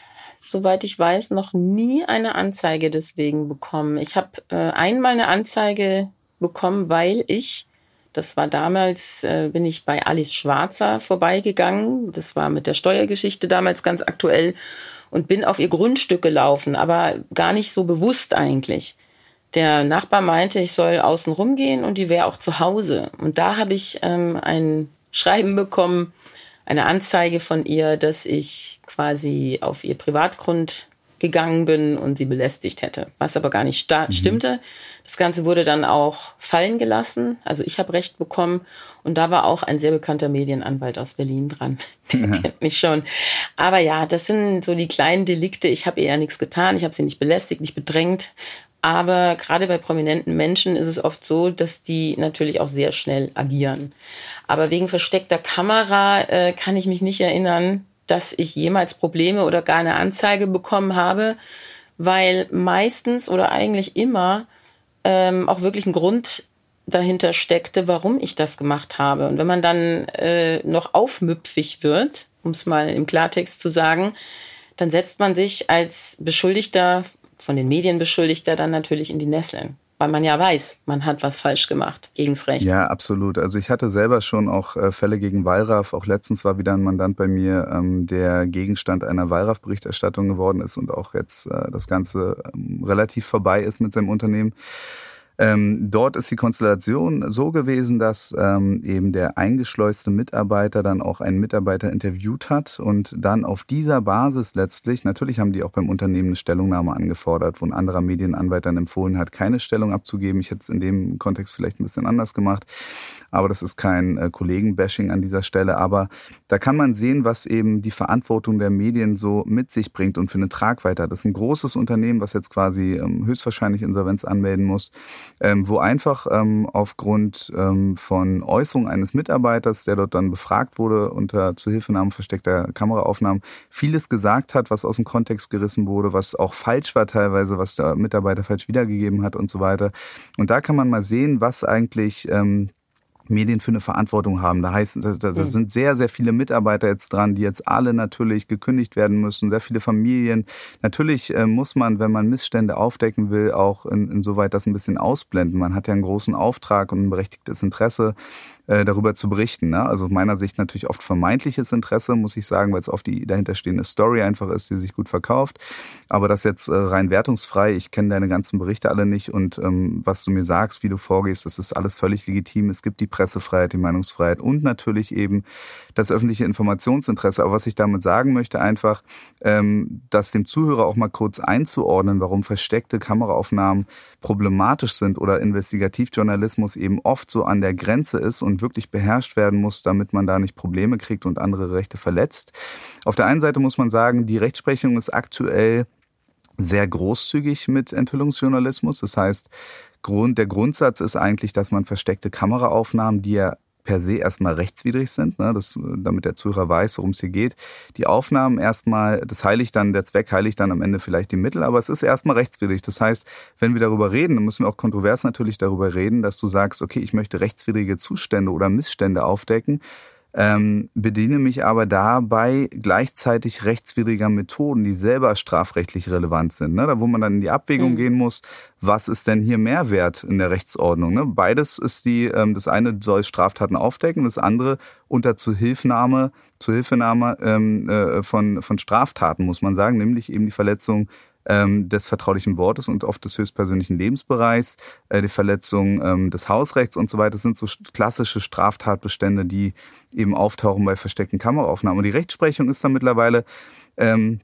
soweit ich weiß, noch nie eine Anzeige deswegen bekommen. Ich habe äh, einmal eine Anzeige bekommen, weil ich, das war damals, äh, bin ich bei Alice Schwarzer vorbeigegangen. Das war mit der Steuergeschichte damals ganz aktuell und bin auf ihr Grundstück gelaufen, aber gar nicht so bewusst eigentlich. Der Nachbar meinte, ich soll außen rumgehen und die wäre auch zu Hause. Und da habe ich ähm, ein Schreiben bekommen, eine Anzeige von ihr, dass ich quasi auf ihr Privatgrund gegangen bin und sie belästigt hätte, was aber gar nicht sta- mhm. stimmte. Das Ganze wurde dann auch fallen gelassen, also ich habe Recht bekommen und da war auch ein sehr bekannter Medienanwalt aus Berlin dran, der ja. kennt mich schon. Aber ja, das sind so die kleinen Delikte, ich habe ihr ja nichts getan, ich habe sie nicht belästigt, nicht bedrängt, aber gerade bei prominenten Menschen ist es oft so, dass die natürlich auch sehr schnell agieren. Aber wegen versteckter Kamera äh, kann ich mich nicht erinnern, dass ich jemals Probleme oder gar eine Anzeige bekommen habe, weil meistens oder eigentlich immer ähm, auch wirklich ein Grund dahinter steckte, warum ich das gemacht habe. Und wenn man dann äh, noch aufmüpfig wird, um es mal im Klartext zu sagen, dann setzt man sich als Beschuldigter, von den Medien Beschuldigter, dann natürlich in die Nesseln. Weil man ja weiß, man hat was falsch gemacht, gegens Recht. Ja, absolut. Also ich hatte selber schon auch äh, Fälle gegen Wallraff. Auch letztens war wieder ein Mandant bei mir, ähm, der Gegenstand einer Wallraff-Berichterstattung geworden ist und auch jetzt äh, das Ganze ähm, relativ vorbei ist mit seinem Unternehmen. Ähm, dort ist die Konstellation so gewesen, dass ähm, eben der eingeschleuste Mitarbeiter dann auch einen Mitarbeiter interviewt hat und dann auf dieser Basis letztlich, natürlich haben die auch beim Unternehmen eine Stellungnahme angefordert, wo ein anderer Medienanwalt dann empfohlen hat, keine Stellung abzugeben. Ich hätte es in dem Kontext vielleicht ein bisschen anders gemacht, aber das ist kein äh, Kollegen-Bashing an dieser Stelle. Aber da kann man sehen, was eben die Verantwortung der Medien so mit sich bringt und für eine Tragweite hat. Das ist ein großes Unternehmen, was jetzt quasi ähm, höchstwahrscheinlich Insolvenz anmelden muss. Ähm, wo einfach ähm, aufgrund ähm, von Äußerungen eines Mitarbeiters, der dort dann befragt wurde unter Zuhilfenahme versteckter Kameraaufnahmen, vieles gesagt hat, was aus dem Kontext gerissen wurde, was auch falsch war teilweise, was der Mitarbeiter falsch wiedergegeben hat und so weiter. Und da kann man mal sehen, was eigentlich ähm, Medien für eine Verantwortung haben. Da heißt, da, da sind sehr, sehr viele Mitarbeiter jetzt dran, die jetzt alle natürlich gekündigt werden müssen, sehr viele Familien. Natürlich äh, muss man, wenn man Missstände aufdecken will, auch in, insoweit das ein bisschen ausblenden. Man hat ja einen großen Auftrag und ein berechtigtes Interesse, äh, darüber zu berichten. Ne? Also aus meiner Sicht natürlich oft vermeintliches Interesse, muss ich sagen, weil es oft die dahinterstehende Story einfach ist, die sich gut verkauft. Aber das jetzt äh, rein wertungsfrei, ich kenne deine ganzen Berichte alle nicht und ähm, was du mir sagst, wie du vorgehst, das ist alles völlig legitim. Es gibt die Pressefreiheit, die Meinungsfreiheit und natürlich eben das öffentliche Informationsinteresse. Aber was ich damit sagen möchte, einfach, ähm, das dem Zuhörer auch mal kurz einzuordnen, warum versteckte Kameraaufnahmen problematisch sind oder Investigativjournalismus eben oft so an der Grenze ist und wirklich beherrscht werden muss, damit man da nicht Probleme kriegt und andere Rechte verletzt. Auf der einen Seite muss man sagen, die Rechtsprechung ist aktuell sehr großzügig mit Enthüllungsjournalismus. Das heißt, Grund, der Grundsatz ist eigentlich, dass man versteckte Kameraaufnahmen, die ja per se erstmal rechtswidrig sind, ne, das, damit der Zuhörer weiß, worum es hier geht. Die Aufnahmen erstmal, das heiligt dann, der Zweck heiligt dann am Ende vielleicht die Mittel, aber es ist erstmal rechtswidrig. Das heißt, wenn wir darüber reden, dann müssen wir auch kontrovers natürlich darüber reden, dass du sagst, okay, ich möchte rechtswidrige Zustände oder Missstände aufdecken, ähm, bediene mich aber dabei gleichzeitig rechtswidriger Methoden, die selber strafrechtlich relevant sind. Ne? Da wo man dann in die Abwägung mhm. gehen muss, was ist denn hier Mehrwert in der Rechtsordnung? Ne? Beides ist die, ähm, das eine soll Straftaten aufdecken, das andere unter Zuhilfenahme, Zuhilfenahme ähm, äh, von, von Straftaten, muss man sagen, nämlich eben die Verletzung ähm, des vertraulichen Wortes und oft des höchstpersönlichen Lebensbereichs, äh, die Verletzung ähm, des Hausrechts und so weiter. Das sind so klassische Straftatbestände, die eben auftauchen bei versteckten Kameraaufnahmen. Und die Rechtsprechung ist da mittlerweile ähm,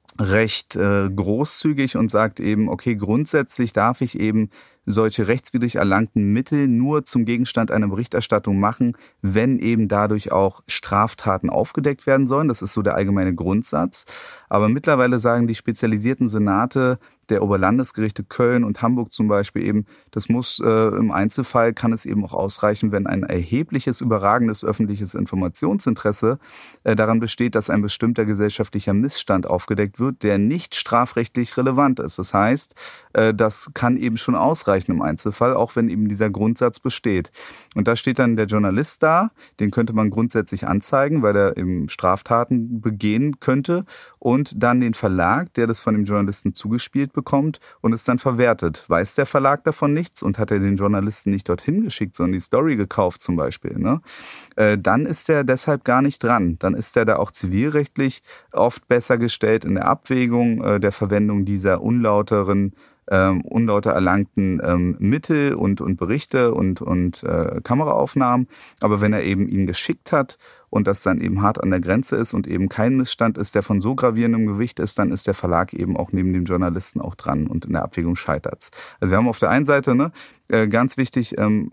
recht äh, großzügig und sagt eben, okay, grundsätzlich darf ich eben solche rechtswidrig erlangten Mittel nur zum Gegenstand einer Berichterstattung machen, wenn eben dadurch auch Straftaten aufgedeckt werden sollen. Das ist so der allgemeine Grundsatz. Aber mittlerweile sagen die spezialisierten Senate der Oberlandesgerichte Köln und Hamburg zum Beispiel eben, das muss äh, im Einzelfall, kann es eben auch ausreichen, wenn ein erhebliches, überragendes öffentliches Informationsinteresse äh, daran besteht, dass ein bestimmter gesellschaftlicher Missstand aufgedeckt wird, der nicht strafrechtlich relevant ist. Das heißt, äh, das kann eben schon ausreichen. ausreichen im Einzelfall, auch wenn eben dieser Grundsatz besteht. Und da steht dann der Journalist da, den könnte man grundsätzlich anzeigen, weil er eben Straftaten begehen könnte, und dann den Verlag, der das von dem Journalisten zugespielt bekommt und es dann verwertet. Weiß der Verlag davon nichts und hat er den Journalisten nicht dorthin geschickt, sondern die Story gekauft zum Beispiel, ne? Äh, dann ist er deshalb gar nicht dran. Dann ist er da auch zivilrechtlich oft besser gestellt in der Abwägung äh, der Verwendung dieser unlauteren Ähm, unlauter erlangten ähm, Mittel und, und Berichte und, und äh, Kameraaufnahmen. Aber wenn er eben ihn geschickt hat und das dann eben hart an der Grenze ist und eben kein Missstand ist, der von so gravierendem Gewicht ist, dann ist der Verlag eben auch neben dem Journalisten auch dran und in der Abwägung scheitert's. Also wir haben auf der einen Seite, ne, äh, ganz wichtig, ähm,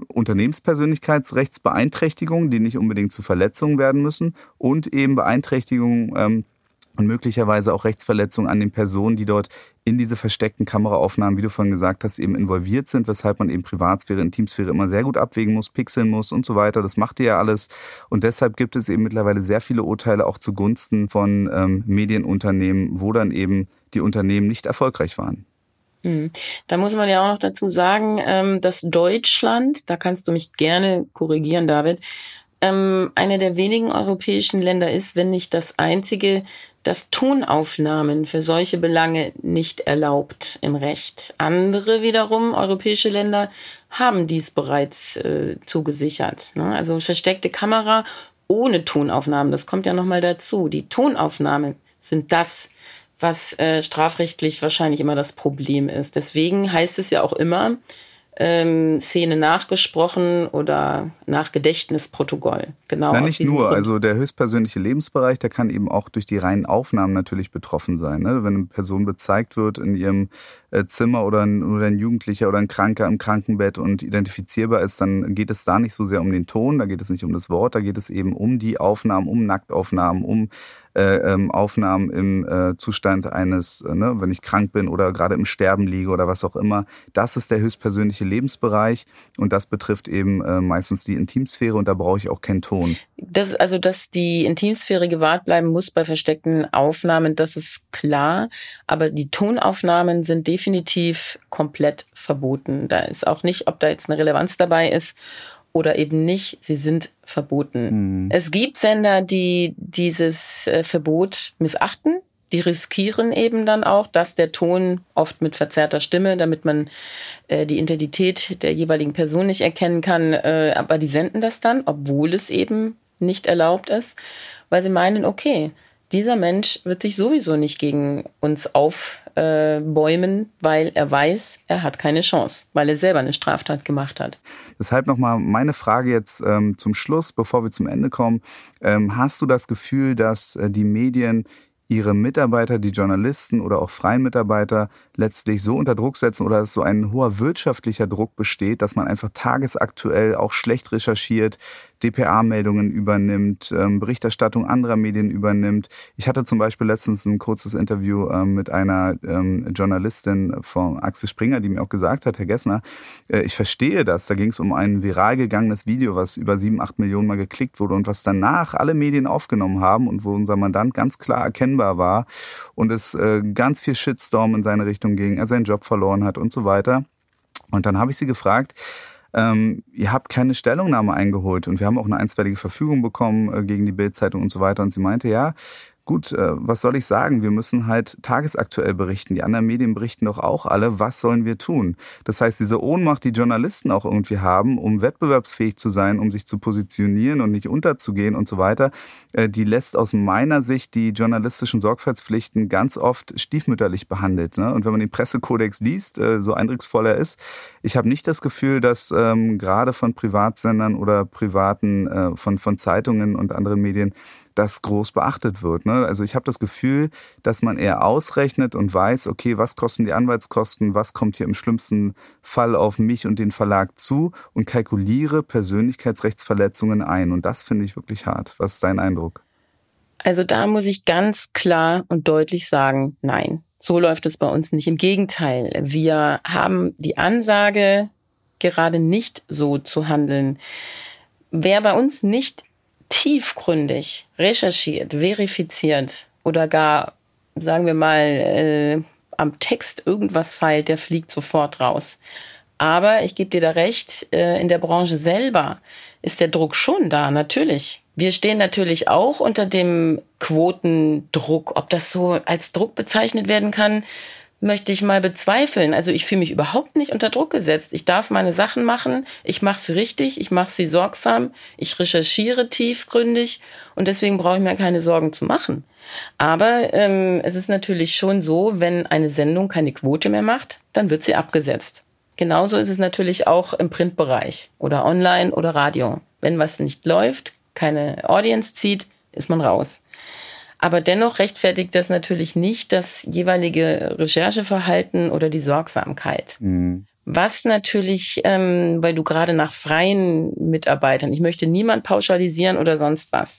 Unternehmenspersönlichkeitsrechtsbeeinträchtigungen, die nicht unbedingt zu Verletzungen werden müssen, und eben Beeinträchtigungen ähm, und möglicherweise auch Rechtsverletzungen an den Personen, die dort in diese versteckten Kameraaufnahmen, wie du vorhin gesagt hast, eben involviert sind, weshalb man eben Privatsphäre, Intimsphäre immer sehr gut abwägen muss, pixeln muss und so weiter. Das macht ihr ja alles. Und deshalb gibt es eben mittlerweile sehr viele Urteile auch zugunsten von ähm, Medienunternehmen, wo dann eben die Unternehmen nicht erfolgreich waren. Da muss man ja auch noch dazu sagen, dass Deutschland, da kannst du mich gerne korrigieren, David, einer der wenigen europäischen Länder ist, wenn nicht das einzige, das Tonaufnahmen für solche Belange nicht erlaubt im Recht. Andere wiederum, europäische Länder, haben dies bereits äh, zugesichert. Ne? Also versteckte Kamera ohne Tonaufnahmen, das kommt ja nochmal dazu. Die Tonaufnahmen sind das, was äh, strafrechtlich wahrscheinlich immer das Problem ist. Deswegen heißt es ja auch immer, Ähm, Szene nachgesprochen oder nach Gedächtnisprotokoll. Genau. Na, nicht nur. Grund. Also der höchstpersönliche Lebensbereich, der kann eben auch durch die reinen Aufnahmen natürlich betroffen sein. Ne? Wenn eine Person bezeigt wird in ihrem äh, Zimmer oder ein, oder ein Jugendlicher oder ein Kranker im Krankenbett und identifizierbar ist, dann geht es da nicht so sehr um den Ton, da geht es nicht um das Wort, da geht es eben um die Aufnahmen, um Nacktaufnahmen, um Äh, ähm, Aufnahmen im äh, Zustand eines, äh, ne, wenn ich krank bin oder gerade im Sterben liege oder was auch immer. Das ist der höchstpersönliche Lebensbereich und das betrifft eben äh, meistens die Intimsphäre und da brauche ich auch keinen Ton. Das, also, dass die Intimsphäre gewahrt bleiben muss bei versteckten Aufnahmen, das ist klar. Aber die Tonaufnahmen sind definitiv komplett verboten. Da ist auch nicht, ob da jetzt eine Relevanz dabei ist oder eben nicht, sie sind verboten. Mhm. Es gibt Sender, die dieses äh, Verbot missachten. Die riskieren eben dann auch, dass der Ton oft mit verzerrter Stimme, damit man äh, die Identität der jeweiligen Person nicht erkennen kann, äh, aber die senden das dann, obwohl es eben nicht erlaubt ist, weil sie meinen, okay, dieser Mensch wird sich sowieso nicht gegen uns aufbäumen, äh, weil er weiß, er hat keine Chance, weil er selber eine Straftat gemacht hat. Deshalb nochmal meine Frage jetzt ähm, zum Schluss, bevor wir zum Ende kommen. Ähm, hast du das Gefühl, dass äh, die Medien ihre Mitarbeiter, die Journalisten oder auch freien Mitarbeiter letztlich so unter Druck setzen oder dass so ein hoher wirtschaftlicher Druck besteht, dass man einfach tagesaktuell auch schlecht recherchiert, D P A-Meldungen übernimmt, ähm, Berichterstattung anderer Medien übernimmt. Ich hatte zum Beispiel letztens ein kurzes Interview ähm, mit einer ähm, Journalistin von Axel Springer, die mir auch gesagt hat, Herr Gessner, äh, ich verstehe das. Da ging es um ein viral gegangenes Video, was über sieben, acht Millionen Mal geklickt wurde und was danach alle Medien aufgenommen haben und wo unser Mandant ganz klar erkennbar war und es äh, ganz viel Shitstorm in seine Richtung ging, er seinen Job verloren hat und so weiter. Und dann habe ich sie gefragt, Ähm, ihr habt keine Stellungnahme eingeholt und wir haben auch eine einstweilige Verfügung bekommen äh, gegen die Bild-Zeitung und so weiter. Und sie meinte, ja, gut, äh, was soll ich sagen? Wir müssen halt tagesaktuell berichten. Die anderen Medien berichten doch auch alle. Was sollen wir tun? Das heißt, diese Ohnmacht, die Journalisten auch irgendwie haben, um wettbewerbsfähig zu sein, um sich zu positionieren und nicht unterzugehen und so weiter, äh, die lässt aus meiner Sicht die journalistischen Sorgfaltspflichten ganz oft stiefmütterlich behandelt. Ne? Und wenn man den Pressekodex liest, äh, so eindrucksvoll er ist, ich habe nicht das Gefühl, dass ähm, gerade von Privatsendern oder privaten, äh, von, von Zeitungen und anderen Medien das groß beachtet wird. Ne? Also ich habe das Gefühl, dass man eher ausrechnet und weiß, okay, was kosten die Anwaltskosten, was kommt hier im schlimmsten Fall auf mich und den Verlag zu und kalkuliere Persönlichkeitsrechtsverletzungen ein. Und das finde ich wirklich hart. Was ist dein Eindruck? Also da muss ich ganz klar und deutlich sagen, nein, so läuft es bei uns nicht. Im Gegenteil, wir haben die Ansage, gerade nicht so zu handeln. Wer bei uns nicht tiefgründig recherchiert, verifiziert oder gar, sagen wir mal, äh, am Text irgendwas feilt, der fliegt sofort raus. Aber ich gebe dir da recht, in der Branche selber ist der Druck schon da, natürlich. Wir stehen natürlich auch unter dem Quotendruck. Ob das so als Druck bezeichnet werden kann, möchte ich mal bezweifeln. Also ich fühle mich überhaupt nicht unter Druck gesetzt. Ich darf meine Sachen machen, ich mache sie richtig, ich mache sie sorgsam, ich recherchiere tiefgründig und deswegen brauche ich mir keine Sorgen zu machen. Aber ähm, es ist natürlich schon so, wenn eine Sendung keine Quote mehr macht, dann wird sie abgesetzt. Genauso ist es natürlich auch im Printbereich oder online oder Radio. Wenn was nicht läuft, keine Audience zieht, ist man raus. Aber dennoch rechtfertigt das natürlich nicht das jeweilige Rechercheverhalten oder die Sorgsamkeit. Mhm. Was natürlich, ähm, weil du gerade nach freien Mitarbeitern, ich möchte niemand pauschalisieren oder sonst was.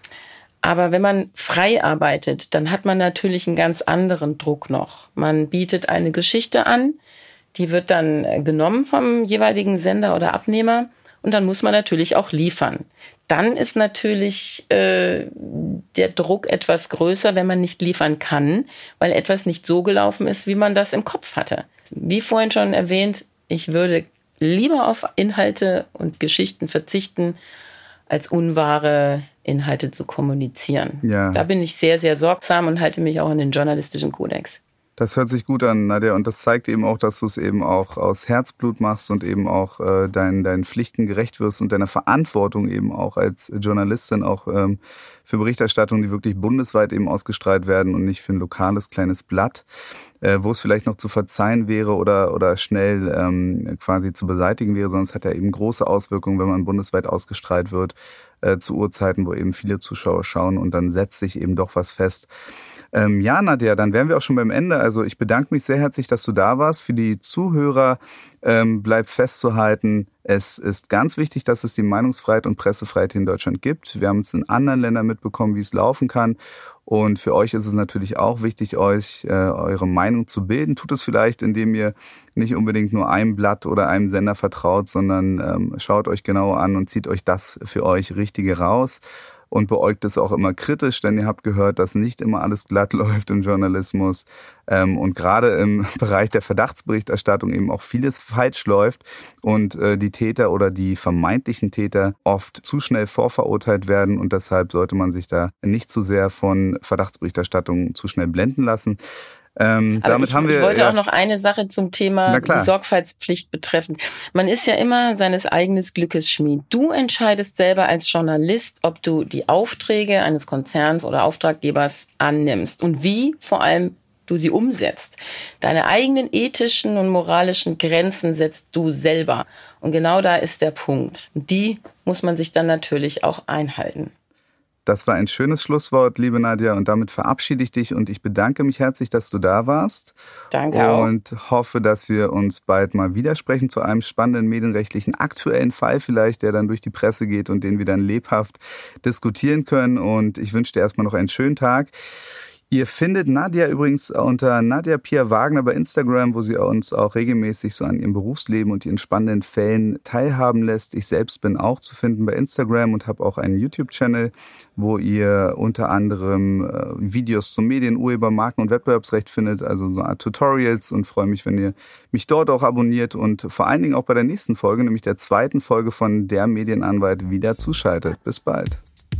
Aber wenn man frei arbeitet, dann hat man natürlich einen ganz anderen Druck noch. Man bietet eine Geschichte an, die wird dann genommen vom jeweiligen Sender oder Abnehmer und dann muss man natürlich auch liefern. Dann ist natürlich äh, der Druck etwas größer, wenn man nicht liefern kann, weil etwas nicht so gelaufen ist, wie man das im Kopf hatte. Wie vorhin schon erwähnt, ich würde lieber auf Inhalte und Geschichten verzichten, als unwahre Inhalte zu kommunizieren. Ja. Da bin ich sehr, sehr sorgsam und halte mich auch an den journalistischen Kodex. Das hört sich gut an, Nadja, und das zeigt eben auch, dass du es eben auch aus Herzblut machst und eben auch äh, deinen, deinen Pflichten gerecht wirst und deiner Verantwortung eben auch als Journalistin auch ähm, für Berichterstattung, die wirklich bundesweit eben ausgestrahlt werden und nicht für ein lokales kleines Blatt, äh, wo es vielleicht noch zu verzeihen wäre oder oder schnell ähm, quasi zu beseitigen wäre, sondern es hat ja eben große Auswirkungen, wenn man bundesweit ausgestrahlt wird, äh, zu Uhrzeiten, wo eben viele Zuschauer schauen und dann setzt sich eben doch was fest. Ähm, ja, Nadja, dann wären wir auch schon beim Ende. Also ich bedanke mich sehr herzlich, dass du da warst. Für die Zuhörer ähm, bleibt festzuhalten, es ist ganz wichtig, dass es die Meinungsfreiheit und Pressefreiheit in Deutschland gibt. Wir haben es in anderen Ländern mitbekommen, wie es laufen kann. Und für euch ist es natürlich auch wichtig, euch äh, eure Meinung zu bilden. Tut es vielleicht, indem ihr nicht unbedingt nur einem Blatt oder einem Sender vertraut, sondern ähm, schaut euch genauer an und zieht euch das für euch Richtige raus. Und beäugt es auch immer kritisch, denn ihr habt gehört, dass nicht immer alles glatt läuft im Journalismus ähm, und gerade im Bereich der Verdachtsberichterstattung eben auch vieles falsch läuft und äh, die Täter oder die vermeintlichen Täter oft zu schnell vorverurteilt werden und deshalb sollte man sich da nicht zu sehr von Verdachtsberichterstattung zu schnell blenden lassen. Ähm, Aber damit ich, haben wir, ich wollte ja, auch noch eine Sache zum Thema die Sorgfaltspflicht betreffend. Man ist ja immer seines eigenen Glückes Schmied. Du entscheidest selber als Journalist, ob du die Aufträge eines Konzerns oder Auftraggebers annimmst und wie vor allem du sie umsetzt. Deine eigenen ethischen und moralischen Grenzen setzt du selber. Und genau da ist der Punkt. Und die muss man sich dann natürlich auch einhalten. Das war ein schönes Schlusswort, liebe Nadja, und damit verabschiede ich dich und ich bedanke mich herzlich, dass du da warst. Danke auch. Und hoffe, dass wir uns bald mal widersprechen zu einem spannenden medienrechtlichen aktuellen Fall vielleicht, der dann durch die Presse geht und den wir dann lebhaft diskutieren können. Und ich wünsche dir erstmal noch einen schönen Tag. Ihr findet Nadja übrigens unter Nadja Pia Wagner bei Instagram, wo sie uns auch regelmäßig so an ihrem Berufsleben und ihren spannenden Fällen teilhaben lässt. Ich selbst bin auch zu finden bei Instagram und habe auch einen YouTube-Channel, wo ihr unter anderem äh, Videos zum Medien-, Urheber-, Marken- und Wettbewerbsrecht findet, also so eine Art Tutorials, und freue mich, wenn ihr mich dort auch abonniert und vor allen Dingen auch bei der nächsten Folge, nämlich der zweiten Folge von Der Medienanwalt, wieder zuschaltet. Bis bald.